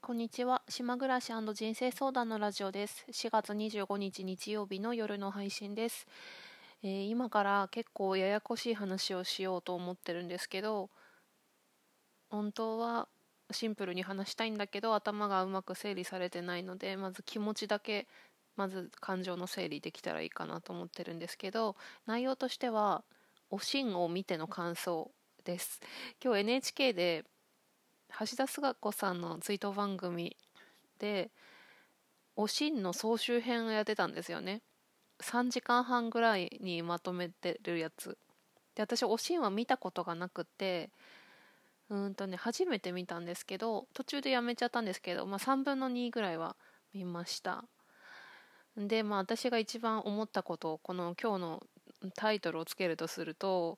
こんにちは。島暮らし人生相談のラジオです。4月25日日曜日の夜の配信です。今から結構ややこしい話をしようと思ってるんですけど、本当はシンプルに話したいんだけど、頭がうまく整理されてないので、まず気持ちだけ、まず感情の整理できたらいいかなと思ってるんですけど、内容としては、おしんを見ての感想です。今日 NHK で橋田壽賀子さんの追悼番組でおしんの総集編をやってたんですよね。3時間半ぐらいにまとめてるやつで、私おしんは見たことがなくて、初めて見たんですけど、途中でやめちゃったんですけど、3分の2ぐらいは見ました。で、私が一番思ったことをこの今日のタイトルをつけるとすると、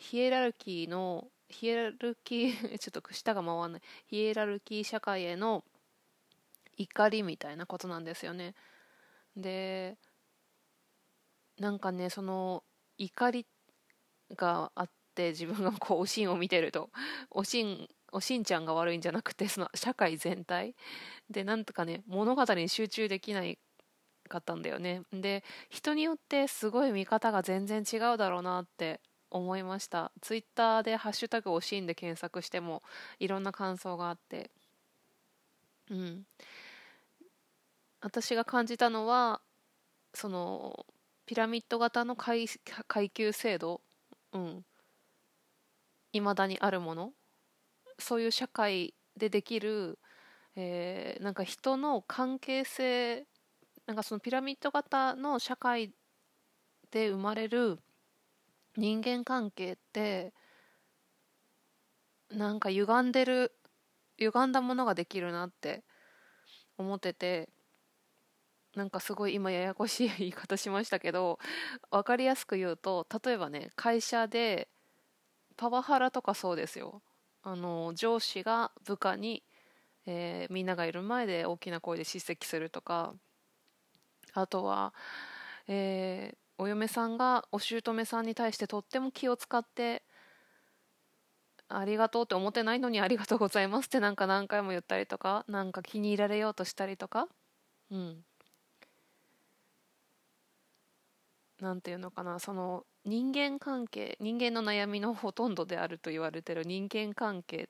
ヒエラルキーちょっと舌が回らない、ヒエラルキー社会への怒りみたいなことなんですよね。で、なんかね、その怒りがあって、自分がこうおしんを見てると、おしんちゃんが悪いんじゃなくて、その社会全体でなんとかね、物語に集中できないかったんだよね。で、人によってすごい見方が全然違うだろうなって思いました。ツイッターでハッシュタグおしんで検索してもいろんな感想があって、うん、私が感じたのは、そのピラミッド型の階級制度、うん、未だにあるもの、そういう社会でできる、なんか人の関係性、なんかそのピラミッド型の社会で生まれる人間関係って、なんか歪んだものができるなって思ってて、なんかすごい今ややこしい言い方しましたけど、分かりやすく言うと、例えばね、会社でパワハラとかそうですよ。上司が部下に、みんながいる前で大きな声で叱責するとか、あとは、お嫁さんがお姑さんに対してとっても気を使って、ありがとうって思ってないのにありがとうございますってなんか何回も言ったりとか、なんか気に入られようとしたりとか、うん、なんていうのかな、その人間関係、人間の悩みのほとんどであると言われてる人間関係って、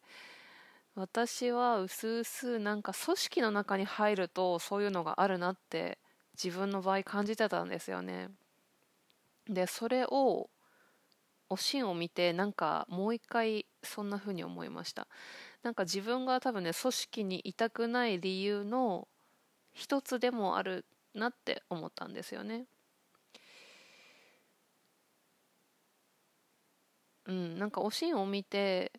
私はうすうすなんか組織の中に入るとそういうのがあるなって自分の場合感じてたんですよね。で、それをおしんを見てなんかもう一回そんな風に思いました。なんか自分が多分ね、組織にいたくない理由の一つでもあるなって思ったんですよね。うん、なんかおしんを見て、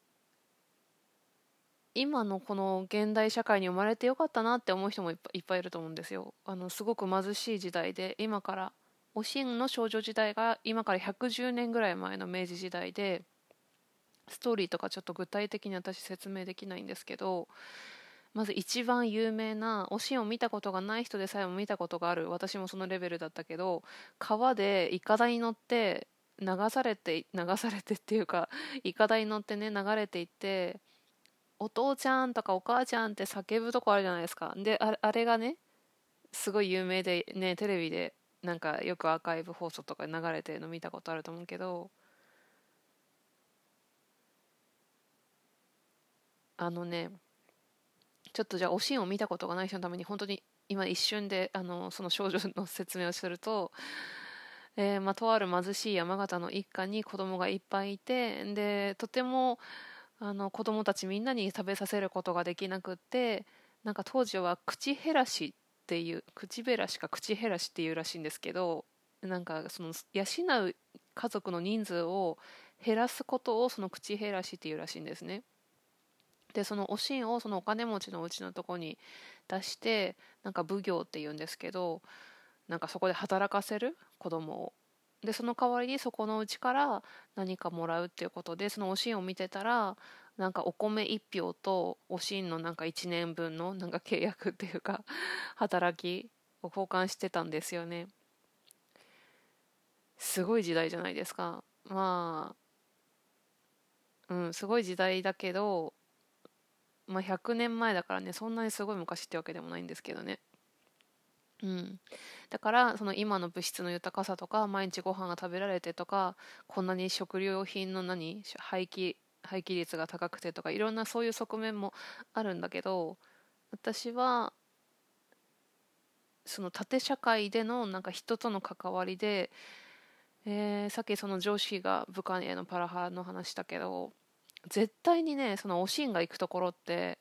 今のこの現代社会に生まれてよかったなって思う人もいっぱいいると思うんですよ。すごく貧しい時代で、今から、おしんの少女時代が今から110年ぐらい前の明治時代で、ストーリーとかちょっと具体的に私説明できないんですけど、まず一番有名な、おしんを見たことがない人でさえも見たことがある、私もそのレベルだったけど、川でいかだに乗って流されてっていうか、いかだに乗ってね、流れていって、お父ちゃんとかお母ちゃんって叫ぶとこあるじゃないですか。で、あれがね、すごい有名でね、テレビでなんかよくアーカイブ放送とかで流れてるの見たことあると思うけど、あのね、ちょっとじゃあおしんを見たことがない人のために本当に今一瞬でその少女の説明をすると、とある貧しい山形の一家に子供がいっぱいいて、で、とても子供たちみんなに食べさせることができなくって、なんか当時は口減らしか口減らしっていうらしいんですけど、なんかその養う家族の人数を減らすことをその口減らしっていうらしいんですね。で、そのおしんをそのお金持ちのうちのとこに出して、なんか奉行って言うんですけど、なんかそこで働かせる子供を。で、その代わりにそこのうちから何かもらうっていうことで、そのおしんを見てたら、なんかお米1票とおしんのなんか1年分のなんか契約っていうか働きを交換してたんですよね。すごい時代じゃないですか。すごい時代だけど、 まあ100年前だからね、そんなにすごい昔ってわけでもないんですけどね。うん、だからその今の物質の豊かさとか、毎日ご飯が食べられてとか、こんなに食料品の廃棄率が高くてとか、いろんなそういう側面もあるんだけど、私はその縦社会でのなんか人との関わりで、さっきその上司が部下へのパラハラの話したけど、絶対にね、そのおしんが行くところって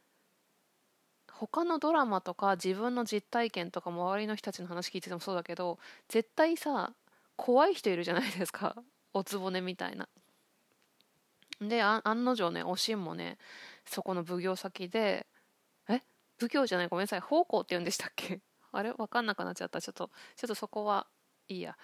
他のドラマとか自分の実体験とか周りの人たちの話聞いててもそうだけど、絶対さ、怖い人いるじゃないですか。おつぼねみたいな。で、案の定ね、おしんもね、そこの奉行先で、え奉行じゃない、ごめんなさい、奉公って言うんでしたっけ？あれわかんなくなっちゃった。ちょっとそこはいいや。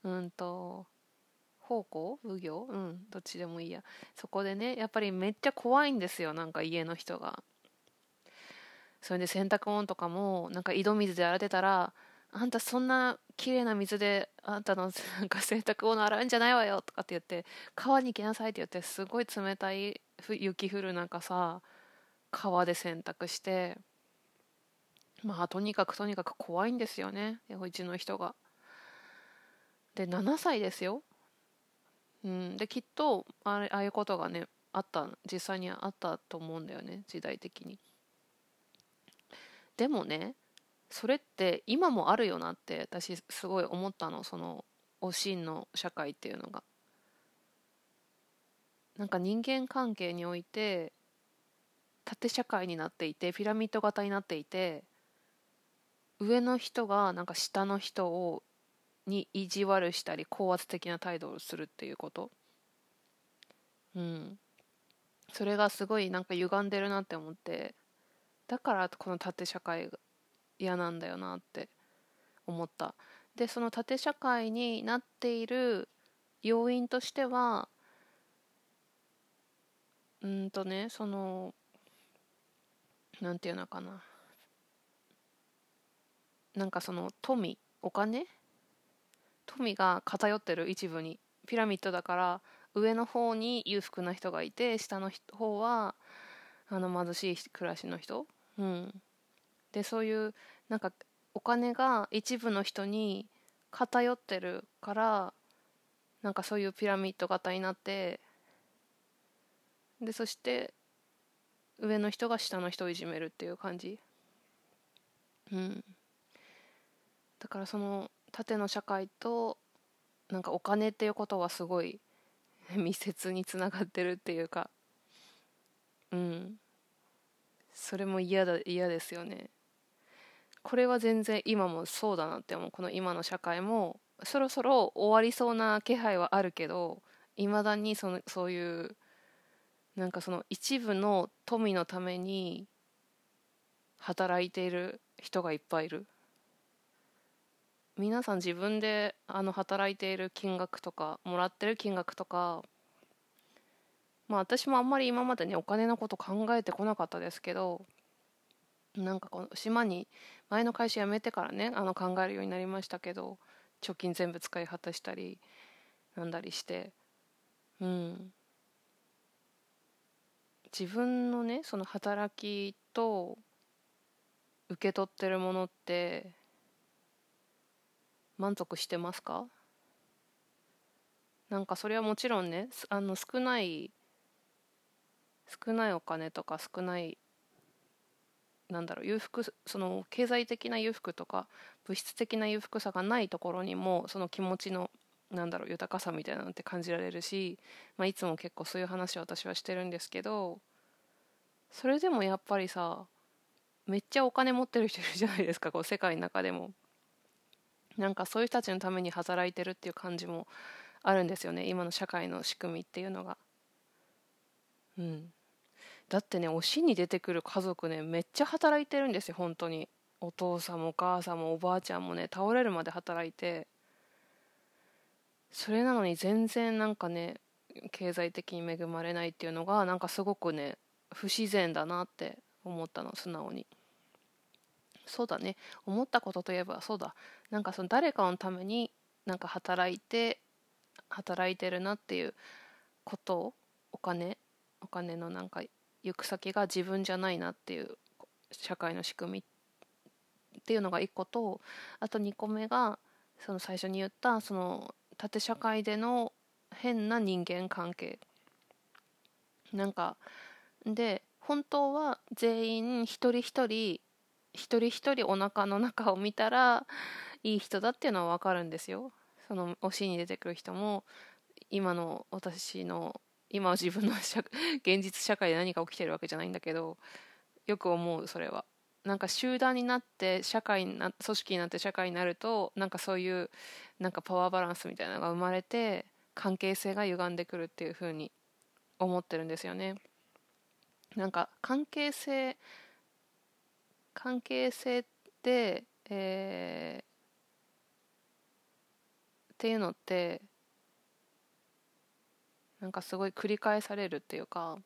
奉公奉行どっちでもいいや。そこでね、やっぱりめっちゃ怖いんですよ、なんか家の人が。それで洗濯物とかもなんか井戸水で洗ってたら、あんたそんな綺麗な水であんたのなんか洗濯物洗うんじゃないわよとかって言って、川に行きなさいって言って、すごい冷たい雪降る中さ、川で洗濯して、まあとにかく怖いんですよね、うちの人が。で7歳ですよ。できっとああいうことがね実際にあったと思うんだよね、時代的に。でもね、それって今もあるよなって私すごい思ったの。そのおしんの社会っていうのが、なんか人間関係において縦社会になっていて、ピラミッド型になっていて、上の人がなんか下の人に意地悪したり高圧的な態度をするっていうこと。それがすごいなんか歪んでるなって思って、だからこの縦社会が嫌なんだよなって思った。でその縦社会になっている要因としては、そのなんていうのかな、なんかその富が偏ってる一部に。ピラミッドだから上の方に裕福な人がいて、下の方は貧しい暮らしの人。でそういうなんかお金が一部の人に偏ってるから、なんかそういうピラミッド型になって、でそして上の人が下の人をいじめるっていう感じ。だからその縦の社会となんかお金っていうことはすごい密接につながってるっていうか、それも嫌ですよね。これは全然今もそうだなって思う。この今の社会もそろそろ終わりそうな気配はあるけど、いまだにそういうなんかその一部の富のために働いている人がいっぱいいる。皆さん自分で働いている金額とかもらってる金額とか、まあ私もあんまり今までねお金のこと考えてこなかったですけど、なんかこの島に前の会社辞めてからね考えるようになりましたけど、貯金全部使い果たしたりなんだりして、自分のねその働きと受け取ってるものって満足してますか？なんかそれはもちろんね、少ないお金とか少ない、なんだろう、裕福、その経済的な裕福とか物質的な裕福さがないところにも、その気持ちのなんだろう豊かさみたいなのって感じられるし、いつも結構そういう話を私はしてるんですけど、それでもやっぱりさ、めっちゃお金持ってる人いるじゃないですか、こう世界の中でも。なんかそういう人たちのために働いてるっていう感じもあるんですよね、今の社会の仕組みっていうのが。だってね、おしに出てくる家族ね、めっちゃ働いてるんですよ、本当に。お父さんもお母さんもおばあちゃんもね、倒れるまで働いて、それなのに全然なんかね、経済的に恵まれないっていうのが、なんかすごくね、不自然だなって思ったの、素直に。そうだね、思ったことといえばそうだ。なんかその誰かのためになんか働いてるなっていうことを、お金のなんか行く先が自分じゃないなっていう社会の仕組みっていうのが1個と、あと2個目がその最初に言ったその縦社会での変な人間関係なんかで、本当は全員一人一人お腹の中を見たらいい人だっていうのは分かるんですよ。その推しに出てくる人も今の私の今自分の現実社会で何が起きてるわけじゃないんだけど、よく思う。それはなんか集団になって社会にな組織になって社会になると、なんかそういうなんかパワーバランスみたいなのが生まれて関係性が歪んでくるっていう風に思ってるんですよね。なんか関係性って、っていうのってなんかすごい繰り返されるっていうか、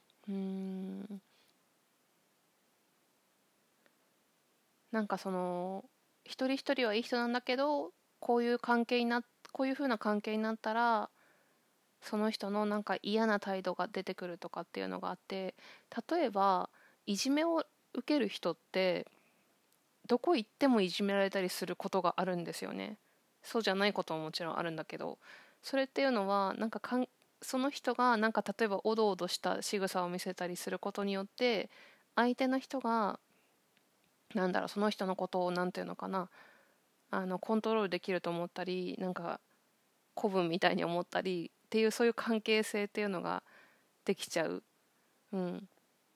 なんかその一人一人はいい人なんだけど、こういう関係になこういう風な関係になったらその人のなんか嫌な態度が出てくるとかっていうのがあって、例えばいじめを受ける人ってどこ行ってもいじめられたりすることがあるんですよね。そうじゃないことももちろんあるんだけど、それっていうのはなんかその人がなんか例えばおどおどした仕草を見せたりすることによって相手の人がなんだろう、その人のことをなんていうのかな、コントロールできると思ったり、なんか子分みたいに思ったりっていう、そういう関係性っていうのができちゃう。うん、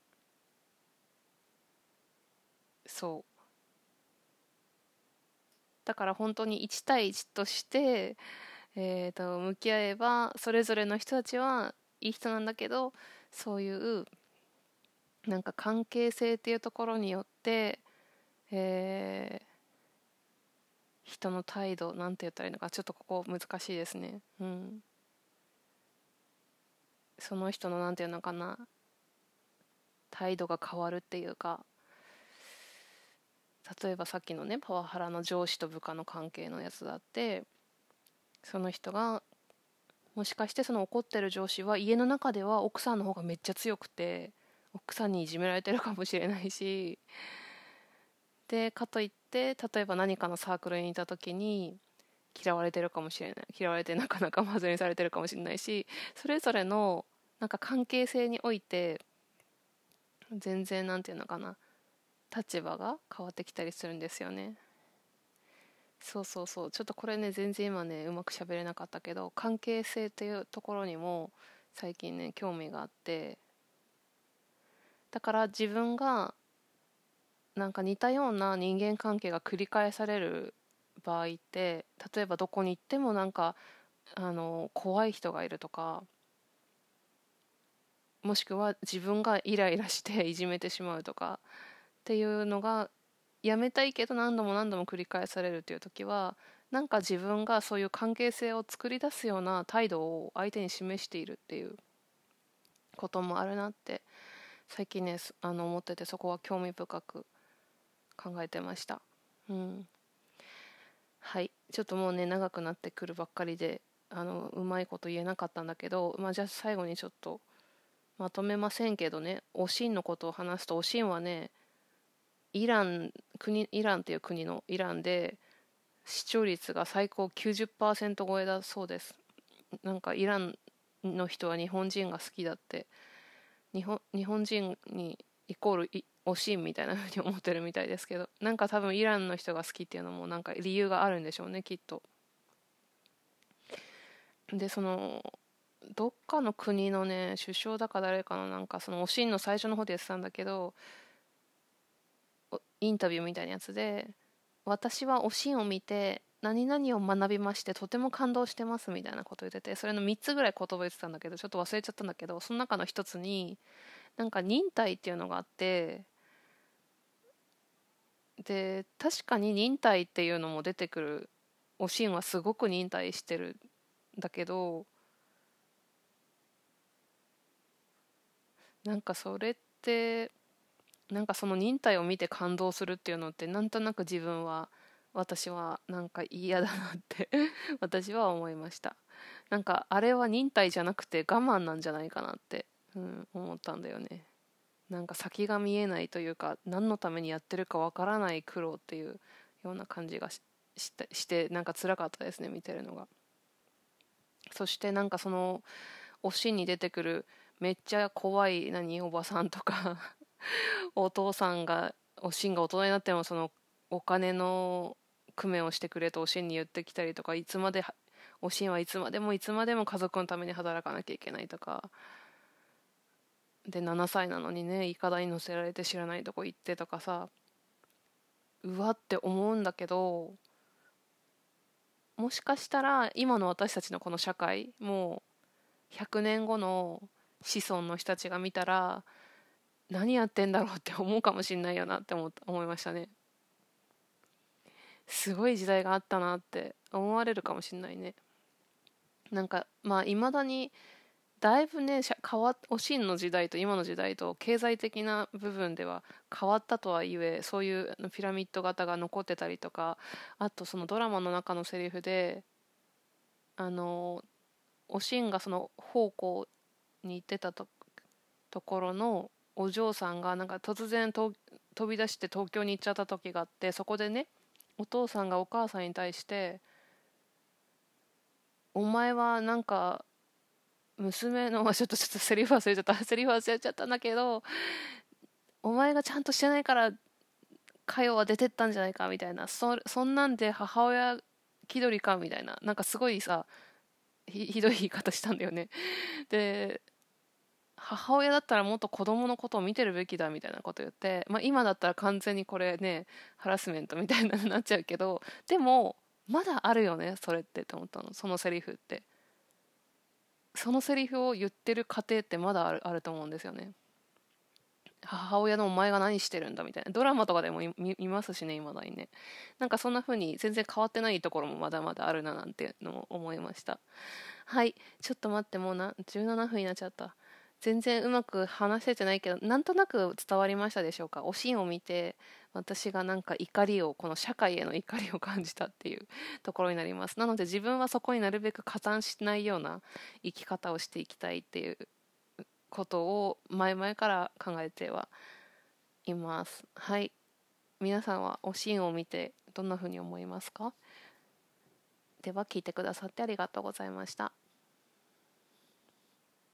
そうだから本当に1対1として、向き合えばそれぞれの人たちはいい人なんだけど、そういうなんか関係性っていうところによって、えー人の態度なんて言ったらいいのか、ちょっとここ難しいですね。うん、その人のなんていうのかな、態度が変わるっていうか、例えばさっきのねパワハラの上司と部下の関係のやつだって、その人がもしかしてその怒ってる上司は家の中では奥さんの方がめっちゃ強くて奥さんにいじめられてるかもしれないし、でかといって例えば何かのサークルにいた時に嫌われてるかもしれない、嫌われてなかなか外れにされてるかもしれないし、それぞれのなんか関係性において全然なんていうのかな、立場が変わってきたりするんですよね。そうそうそう、ちょっとこれね全然今ねうまく喋れなかったけど、関係性っていうところにも最近ね興味があって、だから自分がなんか似たような人間関係が繰り返される場合って、例えばどこに行ってもなんか怖い人がいるとか、もしくは自分がイライラしていじめてしまうとかっていうのがやめたいけど何度も何度も繰り返されるっていう時は、なんか自分がそういう関係性を作り出すような態度を相手に示しているっていうこともあるなって最近ね思ってて、そこは興味深く考えてました。うん、はい、ちょっともうね長くなってくるばっかりでうまいこと言えなかったんだけど、まあ、じゃあ最後にちょっとまとめませんけどね、おしんのことを話すと、おしんはねイランっていう国のイランで視聴率が最高90%超えだそうです。なんかイランの人は日本人が好きだって、日本人にイコールおしんみたいな風に思ってるみたいですけど、なんか多分イランの人が好きっていうのもなんか理由があるんでしょうね、きっと。でそのどっかの国のね首相だか誰かのなんかそのおしんの最初の方でやってたんだけど、インタビューみたいなやつで、私はおしんを見て何々を学びましてとても感動してますみたいなことを言ってて、それの3つぐらい言葉言ってたんだけどちょっと忘れちゃったんだけど、その中の一つになんか忍耐っていうのがあって、で確かに忍耐っていうのも出てくる。おしんはすごく忍耐してるんだけど、なんかそれってなんかその忍耐を見て感動するっていうのってなんとなく私はなんか嫌だなって私は思いました。なんかあれは忍耐じゃなくて我慢なんじゃないかなって、思ったんだよね。 なんか先が見えないというか、何のためにやってるかわからない苦労っていうような感じがしてなんか辛かったですね、見てるのが。そしてなんかそのおしんに出てくるめっちゃ怖いおばさんとかお父さんがおしんが大人になってもそのお金の工面をしてくれとおしんに言ってきたりとか、いつまでおしんはいつまでもいつまでも家族のために働かなきゃいけないとかで、7歳なのにね、いかだに乗せられて知らないとこ行ってとかさ、うわって思うんだけど、もしかしたら今の私たちのこの社会もう100年後の子孫の人たちが見たら何やってんだろうって思うかもしんないよなって思いましたね。すごい時代があったなって思われるかもしんないね。なんかまあいまだにだいぶね、おしんの時代と今の時代と経済的な部分では変わったとはいえ、そういうピラミッド型が残ってたりとか、あとそのドラマの中のセリフで、あの、おしんがその奉公に行ってたところのお嬢さんがなんか突然飛び出して東京に行っちゃった時があって、そこでね、お父さんがお母さんに対して、お前はなんか娘の、ちょっとセリフ忘れちゃった、セリフ忘れちゃったんだけど、お前がちゃんとしてないから佳代は出てったんじゃないかみたいな、そんなんで母親気取りかみたいな、なんかすごいさ、ひどい言い方したんだよね。で、母親だったらもっと子供のことを見てるべきだみたいなこと言って、まあ、今だったら完全にこれね、ハラスメントみたいなのになっちゃうけど、でもまだあるよねそれって思ったの、そのセリフって。そのセリフを言ってる過程ってまだあると思うんですよね。母親のお前が何してるんだみたいな、ドラマとかでも見ますしね、未だにね。なんかそんな風に全然変わってないところもまだまだあるななんてのも思いました。はい、ちょっと待って、もう17分になっちゃった。全然うまく話せてないけど、なんとなく伝わりましたでしょうか。おしんを見て私がなんかこの社会への怒りを感じたっていうところになります。なので自分はそこになるべく加担しないような生き方をしていきたいっていうことを前々から考えてはいます。はい。皆さんはおしんを見てどんな風に思いますか？では聞いてくださってありがとうございました。